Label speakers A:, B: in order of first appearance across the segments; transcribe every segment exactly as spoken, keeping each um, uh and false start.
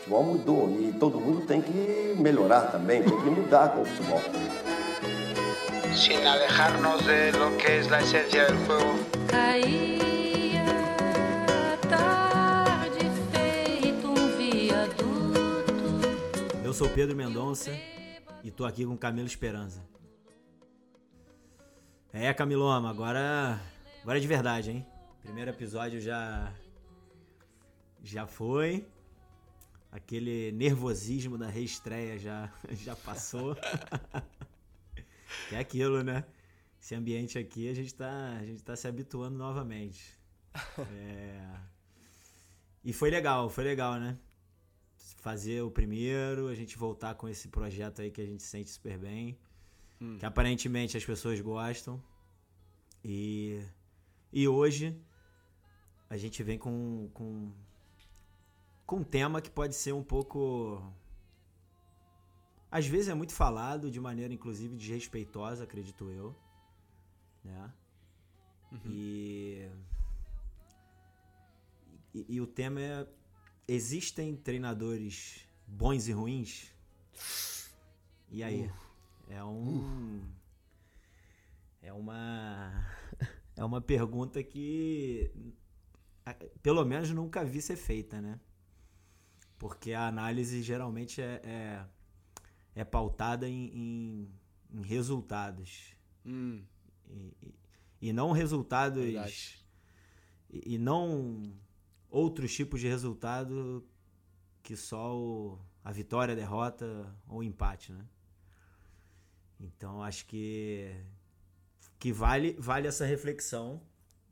A: futebol mudou e todo mundo tem que melhorar também, tem que mudar com o futebol.
B: Sin alejarnos de lo que es la esencia del juego.
C: Caía tarde feito um viaduto.
D: Eu sou Pedro Mendonça e tô aqui com Camilo Esperanza. É, Camiloma, agora, agora é de verdade, hein? Primeiro episódio já, já foi. Aquele nervosismo da reestreia já, já passou. Que é aquilo, né? Esse ambiente aqui a gente tá, a gente tá se habituando novamente. É... E foi legal, foi legal, né? Fazer o primeiro, a gente voltar com esse projeto aí que a gente sente super bem. Hum. Que aparentemente as pessoas gostam. E, e hoje a gente vem com, com, com um tema que pode ser um pouco... Às vezes é muito falado, de maneira inclusive desrespeitosa, acredito eu. Né? Uhum. E, e, e o tema é: existem treinadores bons e ruins? E aí? Uh. É um... Uh. É uma... É uma pergunta que, pelo menos, nunca vi ser feita, né? Porque a análise geralmente é... é é pautada em, em, em resultados. Hum. E, e, e não resultados... E, e não outros tipos de resultado que só o, a vitória, a derrota ou o empate, né? Então, acho que, que vale, vale essa reflexão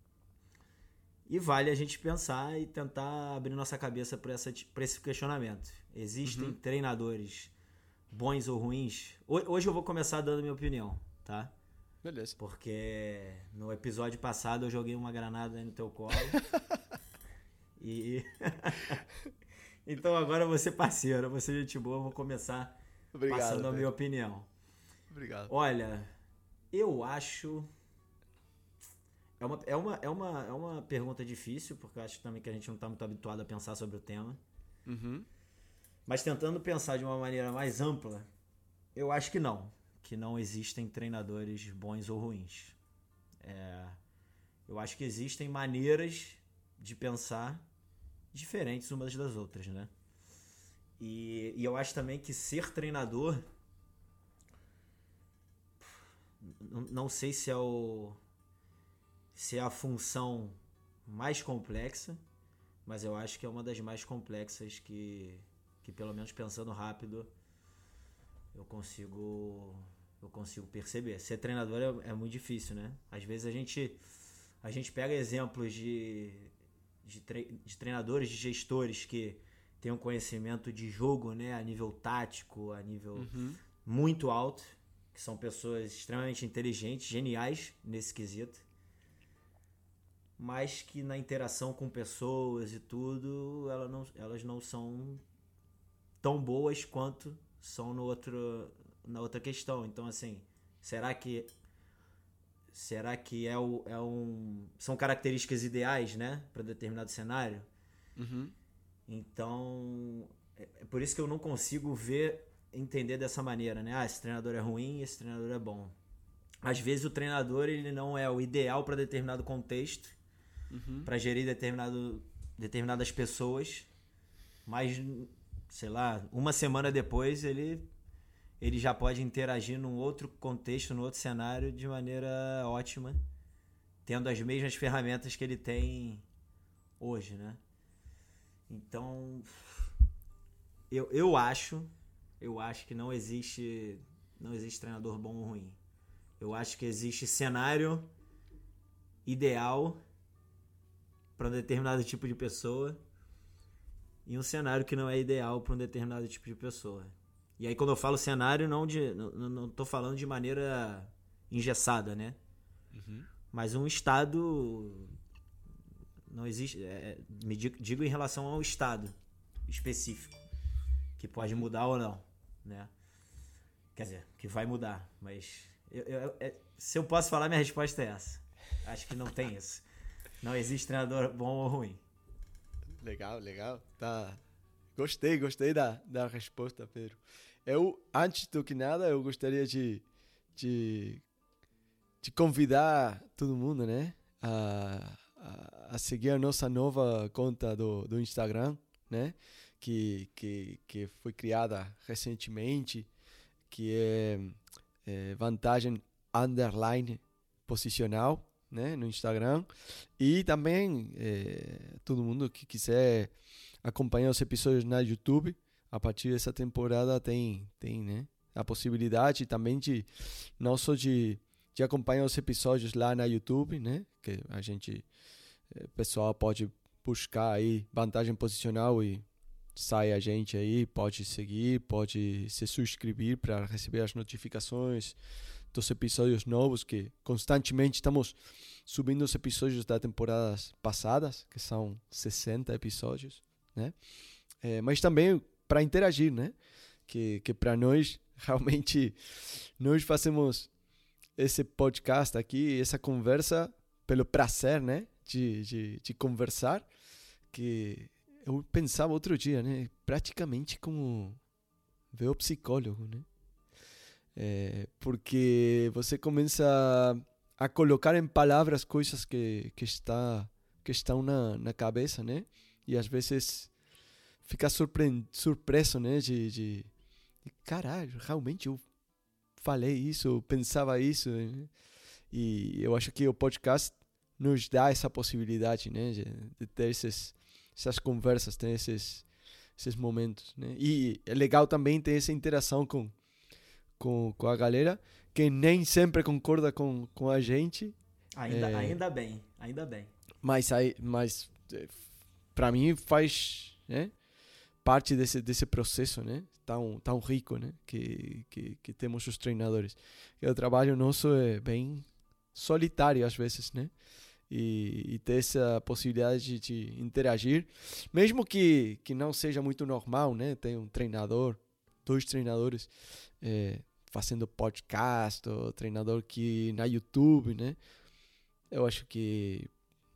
D: e vale a gente pensar e tentar abrir nossa cabeça para esse questionamento. Existem uhum. treinadores... bons ou ruins? Hoje eu vou começar dando minha opinião, tá?
E: Beleza.
D: Porque no episódio passado eu joguei uma granada aí no teu colo. e... Então agora eu vou ser parceiro, eu vou ser gente boa, eu vou começar Obrigado, passando velho. a minha opinião.
E: Obrigado.
D: Olha, eu acho... É uma, é, uma, é, uma, é uma pergunta difícil, porque eu acho também que a gente não está muito habituado a pensar sobre o tema. Uhum. Mas tentando pensar de uma maneira mais ampla, eu acho que não. Que não existem treinadores bons ou ruins. É, eu acho que existem maneiras de pensar diferentes umas das outras, né? E, e eu acho também que ser treinador... Não, não sei se é, o, se é a função mais complexa, mas eu acho que é uma das mais complexas que... que pelo menos pensando rápido eu consigo eu consigo perceber. Ser treinador é, é muito difícil, né? Às vezes a gente a gente pega exemplos de de, tre, de treinadores, de gestores que têm um conhecimento de jogo, né, a nível tático, a nível uhum. muito alto, que são pessoas extremamente inteligentes, geniais nesse quesito, mas que na interação com pessoas e tudo, elas não, elas não são tão boas quanto são no outro, na outra questão. Então, assim, será que será que é, o, é um são características ideais, né, para determinado cenário? Uhum. Então, é, é por isso que eu não consigo ver, entender dessa maneira, né? Ah, esse treinador é ruim, esse treinador é bom. Às vezes o treinador ele não é o ideal para determinado contexto, uhum. para gerir determinado, determinadas pessoas, mas sei lá, uma semana depois ele, ele já pode interagir num outro contexto, num outro cenário de maneira ótima, tendo as mesmas ferramentas que ele tem hoje, né? Então, eu, eu acho, eu acho que não existe, não existe treinador bom ou ruim. Eu acho que existe cenário ideal para um determinado tipo de pessoa e um cenário que não é ideal para um determinado tipo de pessoa. E aí quando eu falo cenário, não de, não, não tô falando de maneira engessada, né? Uhum. Mas um estado não existe, é, me digo, digo em relação ao estado específico, que pode mudar ou não, né? Quer dizer, que vai mudar, mas eu, eu, eu, se eu posso falar, minha resposta é essa. Acho que não tem isso. Não existe treinador bom ou ruim.
E: Legal, legal. Tá. Gostei, gostei da, da resposta, Pedro. Eu, antes do que nada, eu gostaria de, de, de convidar todo mundo, né, a, a, a seguir a nossa nova conta do, do Instagram, né, que, que, que foi criada recentemente, que é, é vantagem underline posicional, né, no Instagram. E também é, todo mundo que quiser acompanhar os episódios na YouTube, a partir dessa temporada tem, tem né, a possibilidade também de não só de, de acompanhar os episódios lá na YouTube, né, que a gente, o pessoal pode buscar aí vantagem posicional e sai a gente aí, pode seguir, pode se subscrever para receber as notificações dos episódios novos, que constantemente estamos subindo os episódios das temporadas passadas, que são sessenta episódios, né? É, mas também para interagir, né? Que, que para nós, realmente, nós fazemos esse podcast aqui, essa conversa, pelo prazer, né? De, de, de conversar, que eu pensava outro dia, né? Praticamente como ver o psicólogo, né? É, porque você começa a, a colocar em palavras coisas que, que, está, que estão na, na cabeça, né? E às vezes fica surpre- surpreso, né? De, de, de caralho, realmente eu falei isso, eu pensava isso, né? E eu acho que o podcast nos dá essa possibilidade, né? De, de ter esses, essas conversas, ter esses, esses momentos, né? E é legal também ter essa interação com Com, com a galera que nem sempre concorda com, com a gente.
D: Ainda,
E: é,
D: ainda bem, ainda bem.
E: Mas, aí, mas para mim faz, né, parte desse, desse processo, né, tão, tão rico, né, que, que, que temos os treinadores. E o trabalho nosso é bem solitário às vezes, né? E, e ter essa possibilidade de, de interagir, mesmo que, que não seja muito normal, né? Tem um treinador, dois treinadores é, fazendo podcast, ou treinador que na YouTube, né? Eu acho que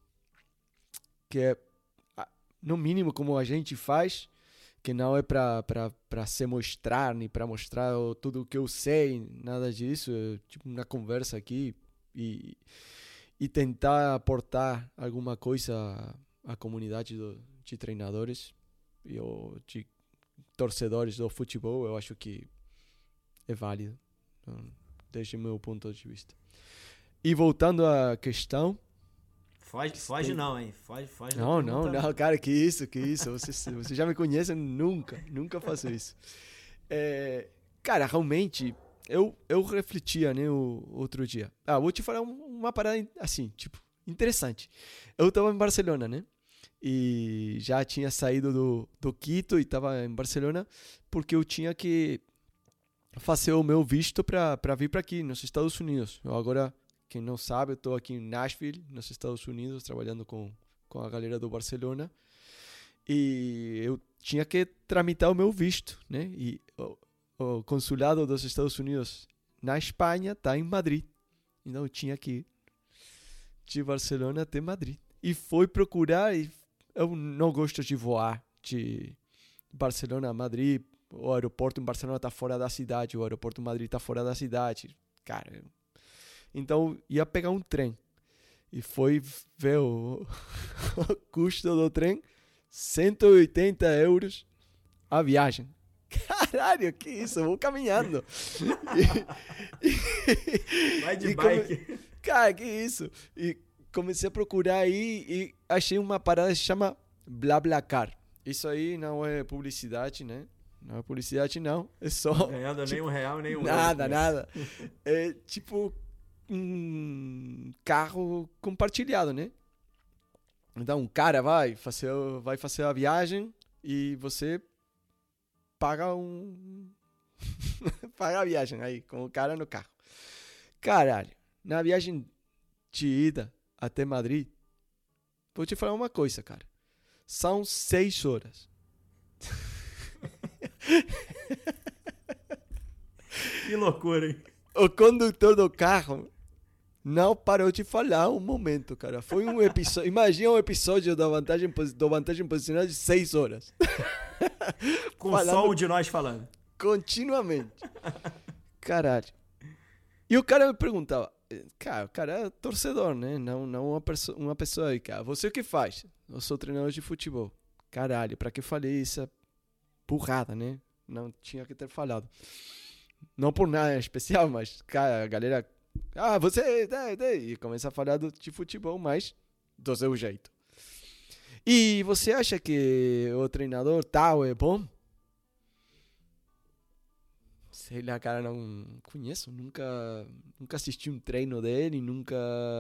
E: que é no mínimo como a gente faz, que não é para para se mostrar, nem para mostrar tudo o que eu sei, nada disso, é tipo uma conversa aqui e, e tentar aportar alguma coisa à, à comunidade do, de treinadores e ou de torcedores do futebol. Eu acho que é válido, desde o meu ponto de vista. E voltando à questão...
D: Foge, foge tem... não, hein? Foge, foge
E: não, não, não, não, cara, que isso, que isso. Você, você já me conhece, nunca, nunca faço isso. É, cara, realmente, eu, eu refletia, né, o outro dia. Ah, vou te falar uma parada assim, tipo, interessante. Eu tava em Barcelona, né? E já tinha saído do, do Quito e tava em Barcelona porque eu tinha que fazer o meu visto para para vir para aqui, nos Estados Unidos. Eu agora, quem não sabe, eu estou aqui em Nashville, nos Estados Unidos, trabalhando com, com a galera do Barcelona. E eu tinha que tramitar o meu visto, né? E o, o consulado dos Estados Unidos na Espanha está em Madrid. Então eu tinha que ir de Barcelona até Madrid. E fui procurar, e eu não gosto de voar de Barcelona a Madrid. O aeroporto em Barcelona está fora da cidade, o aeroporto em Madrid está fora da cidade. Cara, eu... então ia pegar um trem. E foi ver o, o custo do trem, cento e oitenta euros a viagem. Caralho, que isso? Eu vou caminhando. e, e,
D: Vai de
E: e
D: bike.
E: Come... Cara, que isso? E comecei a procurar aí e achei uma parada que se chama BlaBlaCar. Isso aí não é publicidade, né? Não é publicidade, não. É só...
D: Não ganhando
E: tipo,
D: nem um real, nem um
E: nada,
D: euro.
E: nada. É tipo um carro compartilhado, né? Então, um cara vai fazer, vai fazer a viagem e você paga um... paga a viagem aí, com o cara no carro. Caralho, na viagem de ida até Madrid, vou te falar uma coisa, cara. São seis horas.
D: Que loucura, hein?
E: O condutor do carro não parou de falar um momento, cara. Foi um episódio... Imagina um episódio da vantagem, do vantagem posicional de seis horas.
D: Com
E: Falando-
D: só um de nós falando.
E: Continuamente. Caralho. E o cara me perguntava, cara, o cara é torcedor, né? Não, não uma, perso- uma pessoa aí, cara. Você o que faz? Eu sou treinador de futebol. Caralho, pra que eu falei isso? Burrada, né? Não tinha que ter falado. Não por nada especial, mas, cara, a galera... Ah, você... E começa a falar do, de futebol, mas do seu jeito. E você acha que o treinador tal é bom? Sei lá, cara, não conheço. Nunca, nunca assisti um treino dele, nunca...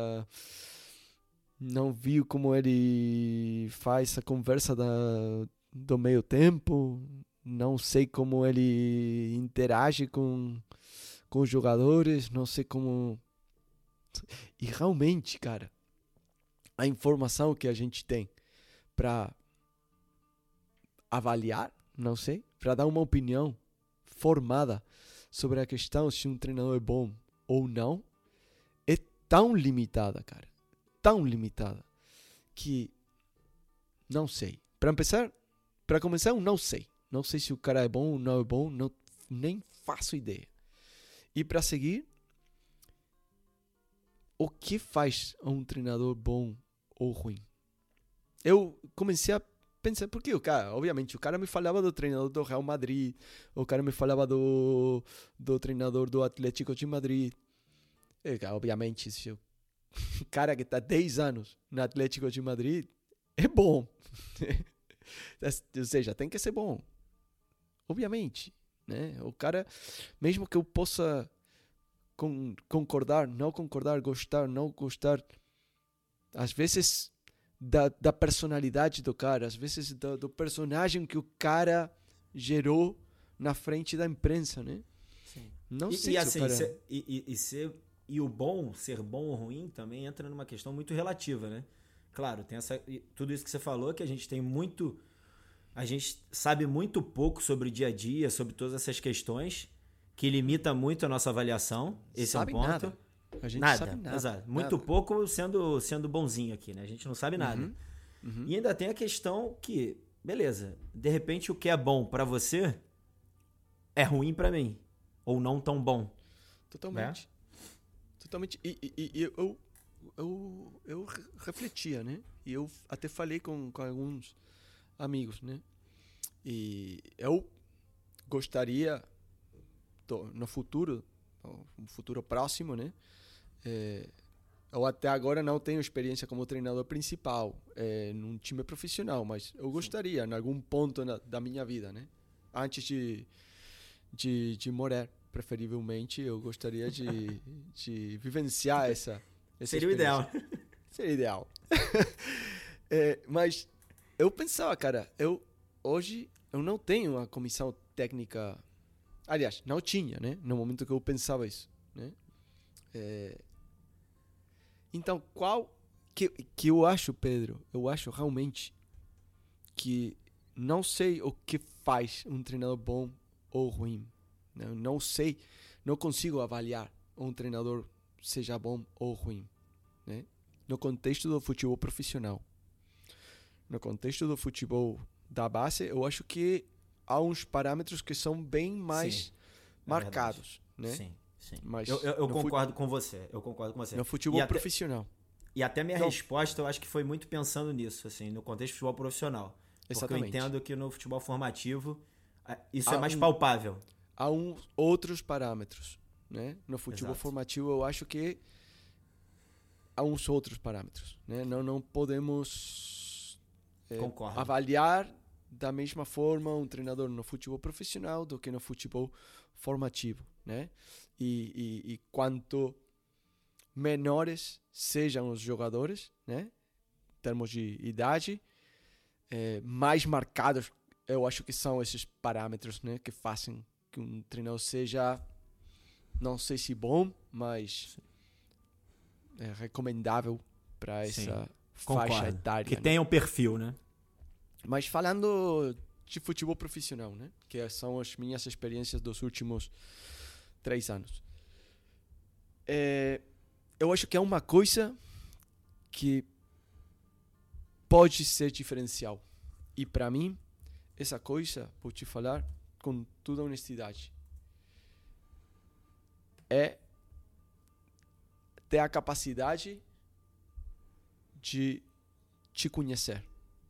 E: Não vi como ele faz a conversa da, do meio tempo. Não sei como ele interage com, com os jogadores. Não sei como... E realmente, cara, a informação que a gente tem para avaliar, não sei, para dar uma opinião formada sobre a questão se um treinador é bom ou não, é tão limitada, cara. Tão limitada que não sei. Para começar, para começar, eu não sei. Não sei se o cara é bom ou não é bom, não, nem faço ideia. E para seguir, o que faz um treinador bom ou ruim? Eu comecei a pensar, porque o cara, obviamente, o cara me falava do treinador do Real Madrid, o cara me falava do, do treinador do Atlético de Madrid. E, cara, obviamente, se o cara que está dez anos no Atlético de Madrid é bom. Ou seja, tem que ser bom. Obviamente, né? O cara, mesmo que eu possa con- concordar, não concordar, gostar, não gostar, às vezes da, da personalidade do cara, às vezes do, do personagem que o cara gerou na frente da imprensa, né?
D: Sim.
E: Não
D: E,
E: sei
D: e
E: se
D: assim,
E: o cara...
D: ser- e, e, e ser, e o bom, ser bom ou ruim, também entra numa questão muito relativa, né? Claro, tem essa, e tudo isso que você falou, que a gente tem muito... A gente sabe muito pouco sobre o dia a dia, sobre todas essas questões, que limita muito a nossa avaliação. Esse
E: sabe
D: é um ponto.
E: nada. A gente
D: nada,
E: sabe nada.
D: exato. Muito
E: nada.
D: pouco sendo, sendo bonzinho aqui, né? A gente não sabe nada.
E: Uhum, uhum.
D: E ainda tem a questão que, beleza, de repente o que é bom pra você é ruim pra mim. Ou não tão bom.
E: Totalmente. Totalmente. E, e- e- e eu, eu, eu re- refletia, né? E eu até falei com, com alguns amigos, né? E eu gostaria, tô, no futuro, no futuro próximo, né? É, eu até agora não tenho experiência como treinador principal é, num time profissional, mas eu gostaria, em algum ponto na, da minha vida, né? Antes de, de, de morrer, preferivelmente, eu gostaria de, de vivenciar essa, essa
D: Seria o ideal.
E: experiência. Seria ideal. É, mas eu pensava, cara, eu hoje eu não tenho uma comissão técnica. Aliás, não tinha, né? No momento que eu pensava isso, né? É, então, qual que, que eu acho, Pedro? Eu acho realmente que não sei o que faz um treinador bom ou ruim. Né? Eu não sei, não consigo avaliar um treinador seja bom ou ruim, né? No contexto do futebol profissional. No contexto do futebol da base, eu acho que há uns parâmetros que são bem mais
D: Sim, é
E: marcados, né?
D: Sim, sim.
E: Mas
D: eu eu, eu
E: no
D: concordo com você. Eu concordo com você.
E: No futebol
D: e até,
E: profissional.
D: e até minha
E: Então-
D: resposta, eu acho que foi muito pensando nisso, assim, no contexto do futebol profissional. Porque
E: Exatamente.
D: eu entendo que no futebol formativo ah, isso
E: Há
D: é mais
E: um-
D: palpável.
E: Há uns outros parâmetros, né? No futebol
D: Exato.
E: formativo, eu acho que há uns outros parâmetros, né? Não, não podemos é,
D: Concordo.
E: avaliar da mesma forma um treinador no futebol profissional do que no futebol formativo, né? E, e, e quanto menores sejam os jogadores, né? Em termos de idade, é, mais marcados eu acho que são esses parâmetros, né? Que fazem que um treinador seja, não sei se bom, mas é recomendável para
D: Sim,
E: essa faixa
D: Concordo.
E: etária.
D: Que
E: né?
D: tenha um perfil, né?
E: Mas falando de futebol profissional, né? Que são as minhas experiências dos últimos três anos. É, eu acho que é uma coisa que pode ser diferencial. E para mim, essa coisa, vou te falar com toda honestidade, é ter a capacidade de te conhecer.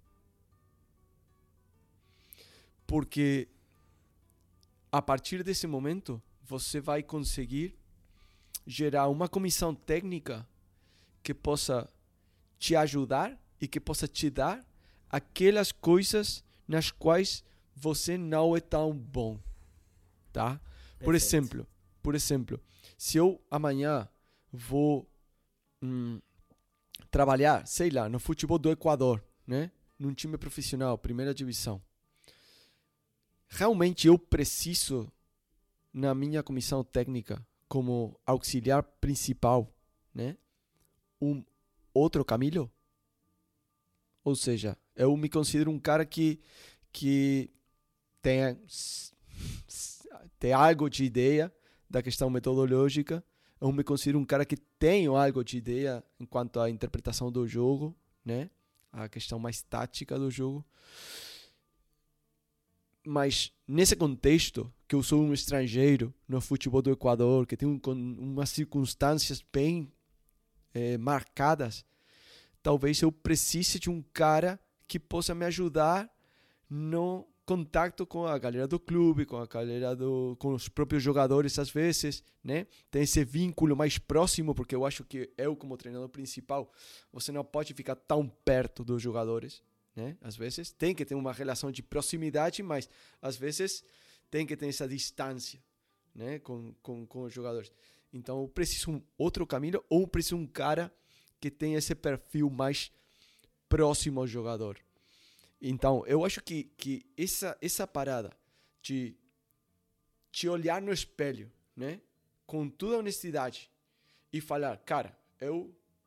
E: Porque a partir desse momento, você vai conseguir gerar uma comissão técnica que possa te ajudar e que possa te dar aquelas coisas nas quais você não é tão bom, tá? Por
D: Perfeito.
E: exemplo, por exemplo, se eu amanhã vou hum, trabalhar, sei lá, no futebol do Equador, né? Num time profissional, primeira divisão. Realmente eu preciso, na minha comissão técnica, como auxiliar principal, né? Um outro Camilo? Ou seja, eu me considero um cara que, que tem, tem algo de ideia da questão metodológica. Eu me considero um cara que tem algo de ideia enquanto à interpretação do jogo, né? A questão mais tática do jogo. Mas nesse contexto, que eu sou um estrangeiro no futebol do Equador, que tem um, umas circunstâncias bem é, marcadas, talvez eu precise de um cara que possa me ajudar no contato com a galera do clube, com a galera do, com os próprios jogadores às vezes, né? Tem esse vínculo mais próximo, porque eu acho que eu, como treinador principal, você não pode ficar tão perto dos jogadores, né? Às vezes tem que ter uma relação de proximidade, mas às vezes tem que ter essa distância, né? com, com, com os jogadores. Então eu preciso um outro caminho, ou preciso um cara que tenha esse perfil mais próximo ao jogador. Então eu acho que, que essa, essa parada de te olhar no espelho, né? Com toda honestidade e falar, cara, eu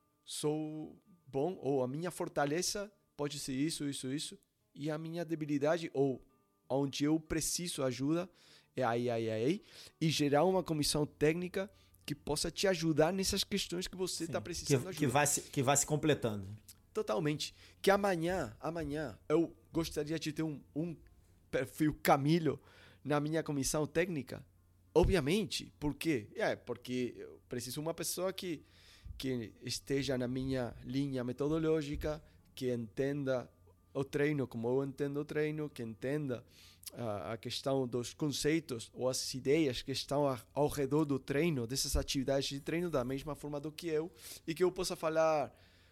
E: sou bom, ou a minha fortaleza pode ser isso, isso, isso, e a minha debilidade, ou onde eu preciso ajuda, é aí, aí, aí, e gerar uma comissão técnica que possa te ajudar nessas questões que você está precisando
D: que,
E: ajuda.
D: que, vai se, que vai se completando.
E: Totalmente. Que amanhã, amanhã, eu gostaria de ter um, um perfil Camilo na minha comissão técnica. Obviamente. Por quê? É, porque eu preciso de uma pessoa que, que esteja na minha linha metodológica, que entenda o treino como eu entendo o treino, que entenda uh, a questão dos conceitos ou as ideias que estão a, ao redor do treino, dessas atividades de treino, da mesma forma do que eu, e que eu possa falar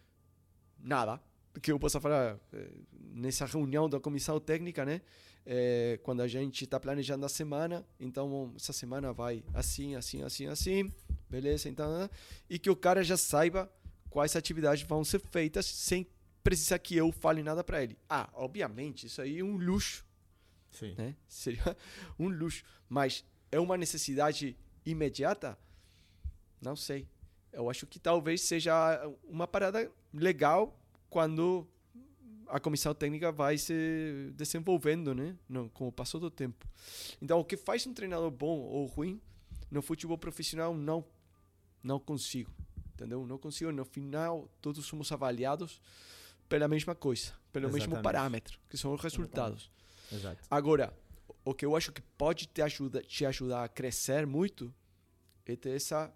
E: nada, que eu possa falar eh, nessa reunião da comissão técnica, né? Eh, quando a gente está planejando a semana, então essa semana vai assim, assim, assim, assim, beleza, então, e que o cara já saiba quais atividades vão ser feitas sem precisar que eu fale nada para ele. Ah, obviamente, isso aí é um luxo.
D: Sim.
E: Né? Seria um luxo. Mas é uma necessidade imediata? Não sei. Eu acho que talvez seja uma parada legal quando a comissão técnica vai se desenvolvendo, né? No, com o passo do tempo. Então, o que faz um treinador bom ou ruim no futebol profissional, não, não consigo. Entendeu? Não consigo. No final, todos somos avaliados pela mesma coisa, pelo
D: Exatamente.
E: mesmo parâmetro, que são os resultados.
D: Exato.
E: Agora, o que eu acho que pode te, ajuda, te ajudar a crescer muito é ter essa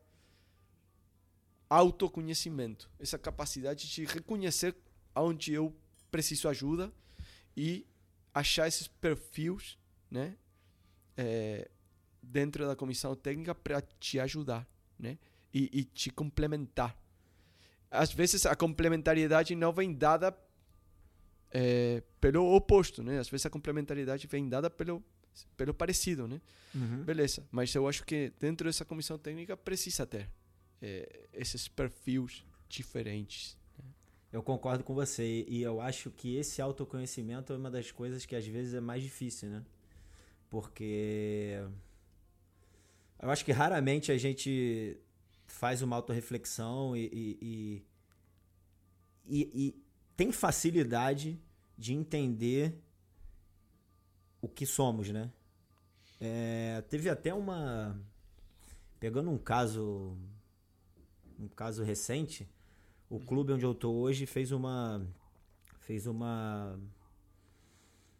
E: autoconhecimento, essa capacidade de reconhecer onde eu preciso ajuda e achar esses perfis, né, é, dentro da comissão técnica para te ajudar, né, e, e te complementar. Às vezes a complementariedade não vem dada é, pelo oposto, né? Às vezes a complementariedade vem dada pelo, pelo parecido, né?
D: Uhum.
E: Beleza, mas eu acho que dentro dessa comissão técnica precisa ter é, esses perfis diferentes.
D: Eu concordo com você e eu acho que esse autoconhecimento é uma das coisas que às vezes é mais difícil, né? Porque eu acho que raramente a gente faz uma autorreflexão e, e, e, e, e tem facilidade de entender o que somos, né? É, teve até uma... Pegando um caso um caso recente, o clube onde eu tô hoje fez uma fez uma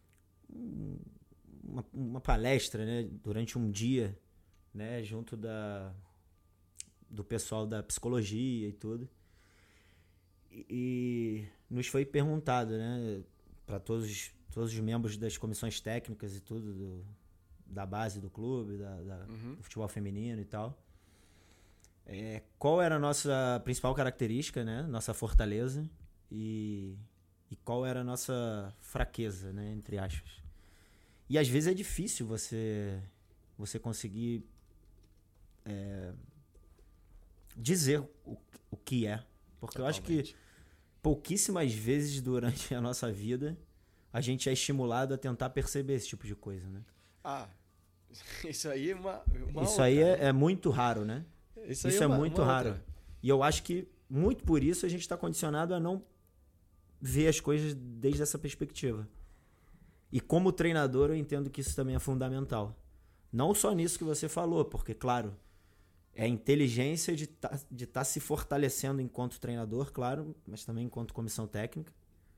D: uma, uma palestra, né, durante um dia, né, junto da, do pessoal da psicologia e tudo. E, e nos foi perguntado, né, para todos, todos os membros das comissões técnicas e tudo, do, da base do clube, da, da, uhum. do futebol feminino e tal, é, qual era a nossa principal característica, né, nossa fortaleza, e, e qual era a nossa fraqueza, né, entre aspas. E às vezes é difícil você, você conseguir é, dizer o, o que é. Porque Totalmente. Eu acho que pouquíssimas vezes durante a nossa vida a gente é estimulado a tentar perceber esse tipo de coisa, né?
E: Ah, isso aí é uma, uma
D: Isso
E: outra,
D: aí é,
E: né?
D: é muito raro, né?
E: Isso,
D: isso
E: é,
D: é
E: uma,
D: muito
E: uma
D: raro.
E: Outra.
D: E eu acho que muito por isso a gente está condicionado a não ver as coisas desde essa perspectiva. E como treinador eu entendo que isso também é fundamental. Não só nisso que você falou, porque, claro, é a inteligência de tá, de tá se fortalecendo enquanto treinador, claro, mas também enquanto comissão técnica.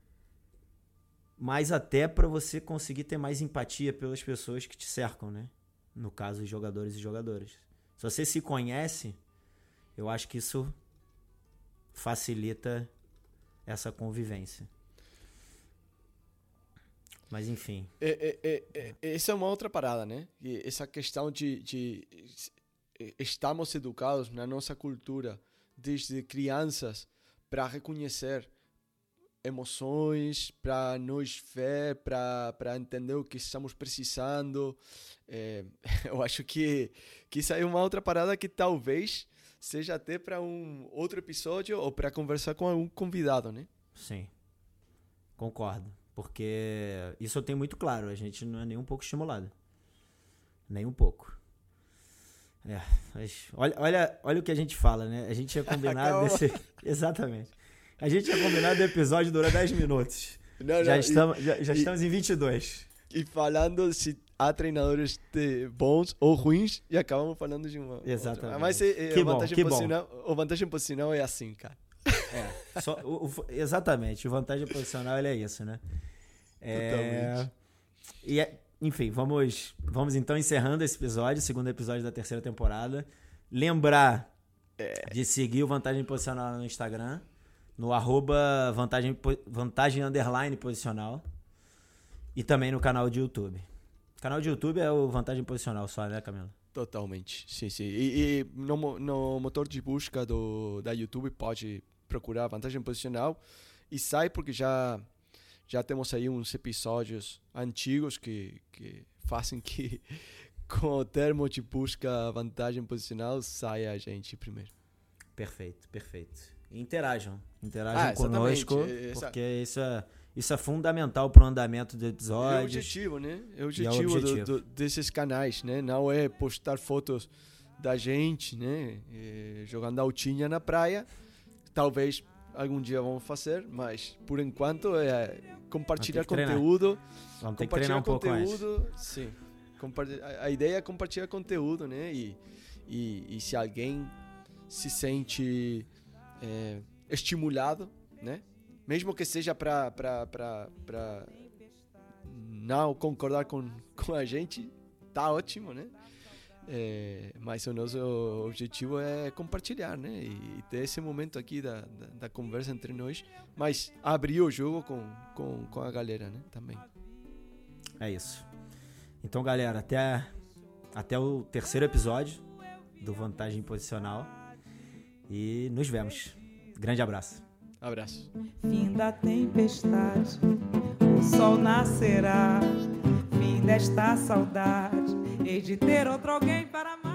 D: Mas até para você conseguir ter mais empatia pelas pessoas que te cercam, né? No caso, os jogadores e jogadoras. Se você se conhece, eu acho que isso facilita essa convivência. Mas enfim.
E: É, é, é, é, essa é uma outra parada, né? E essa questão de, de estamos educados na nossa cultura desde crianças para reconhecer emoções, para nos ver, para entender o que estamos precisando. É, eu acho que, que isso é uma outra parada que talvez seja até para um outro episódio ou para conversar com algum convidado, né?
D: Sim, concordo. Porque isso eu tenho muito claro, a gente não é nem um pouco estimulado. Nem um pouco. É, mas olha, olha, olha o que a gente fala, né? A gente tinha combinado desse... Exatamente. A gente tinha combinado o episódio durar dez minutos.
E: Não,
D: já
E: não,
D: estamos,
E: e,
D: já, já
E: e,
D: estamos em vinte e dois.
E: E falando se há treinadores de bons ou ruins, e acabamos falando de uma.
D: Exatamente.
E: Outra. Mas é,
D: que
E: a
D: bom,
E: vantagem
D: que
E: posicional, bom. A vantagem posicional é assim, cara.
D: É, só, o, o, exatamente, o vantagem posicional ele é isso, né? É,
E: Totalmente.
D: E é, enfim, vamos, vamos então encerrando esse episódio, segundo episódio da terceira temporada. Lembrar é. de seguir o Vantagem Posicional no Instagram, no arroba vantagem, vantagem underline posicional, e também no canal de YouTube. O canal de YouTube é o Vantagem Posicional só, né, Camila?
E: Totalmente, sim, sim. E, e no, no motor de busca do, da YouTube pode procurar Vantagem Posicional e sai, porque já, já temos aí uns episódios antigos que, que fazem que com o termo de busca Vantagem Posicional saia a gente primeiro.
D: Perfeito, perfeito. E interajam, interajam
E: ah,
D: conosco,
E: Essa...
D: porque isso é, isso é fundamental para o andamento do episódio.
E: É o objetivo, né? É o objetivo,
D: é o objetivo.
E: Do, do, desses canais, né? Não é postar fotos da gente, né? É, jogando altinha na praia. Talvez algum dia vamos fazer, mas por enquanto é compartilhar conteúdo.
D: Vamos ter que treinar um pouco mais.
E: Sim. A ideia é compartilhar conteúdo, né? E, e, e se alguém se sente é, estimulado, né? Mesmo que seja para não concordar com, com a gente, tá ótimo, né? É, mas o nosso objetivo é compartilhar, né? E ter esse momento aqui da, da, da conversa entre nós, mas abrir o jogo com, com, com a galera, né? Também.
D: É isso. Então, galera, até, até o terceiro episódio do Vantagem Posicional. E nos vemos. Grande abraço.
E: Abraço.
F: Fim da tempestade, o sol nascerá. Fim desta saudade, hei de ter outro alguém para amar.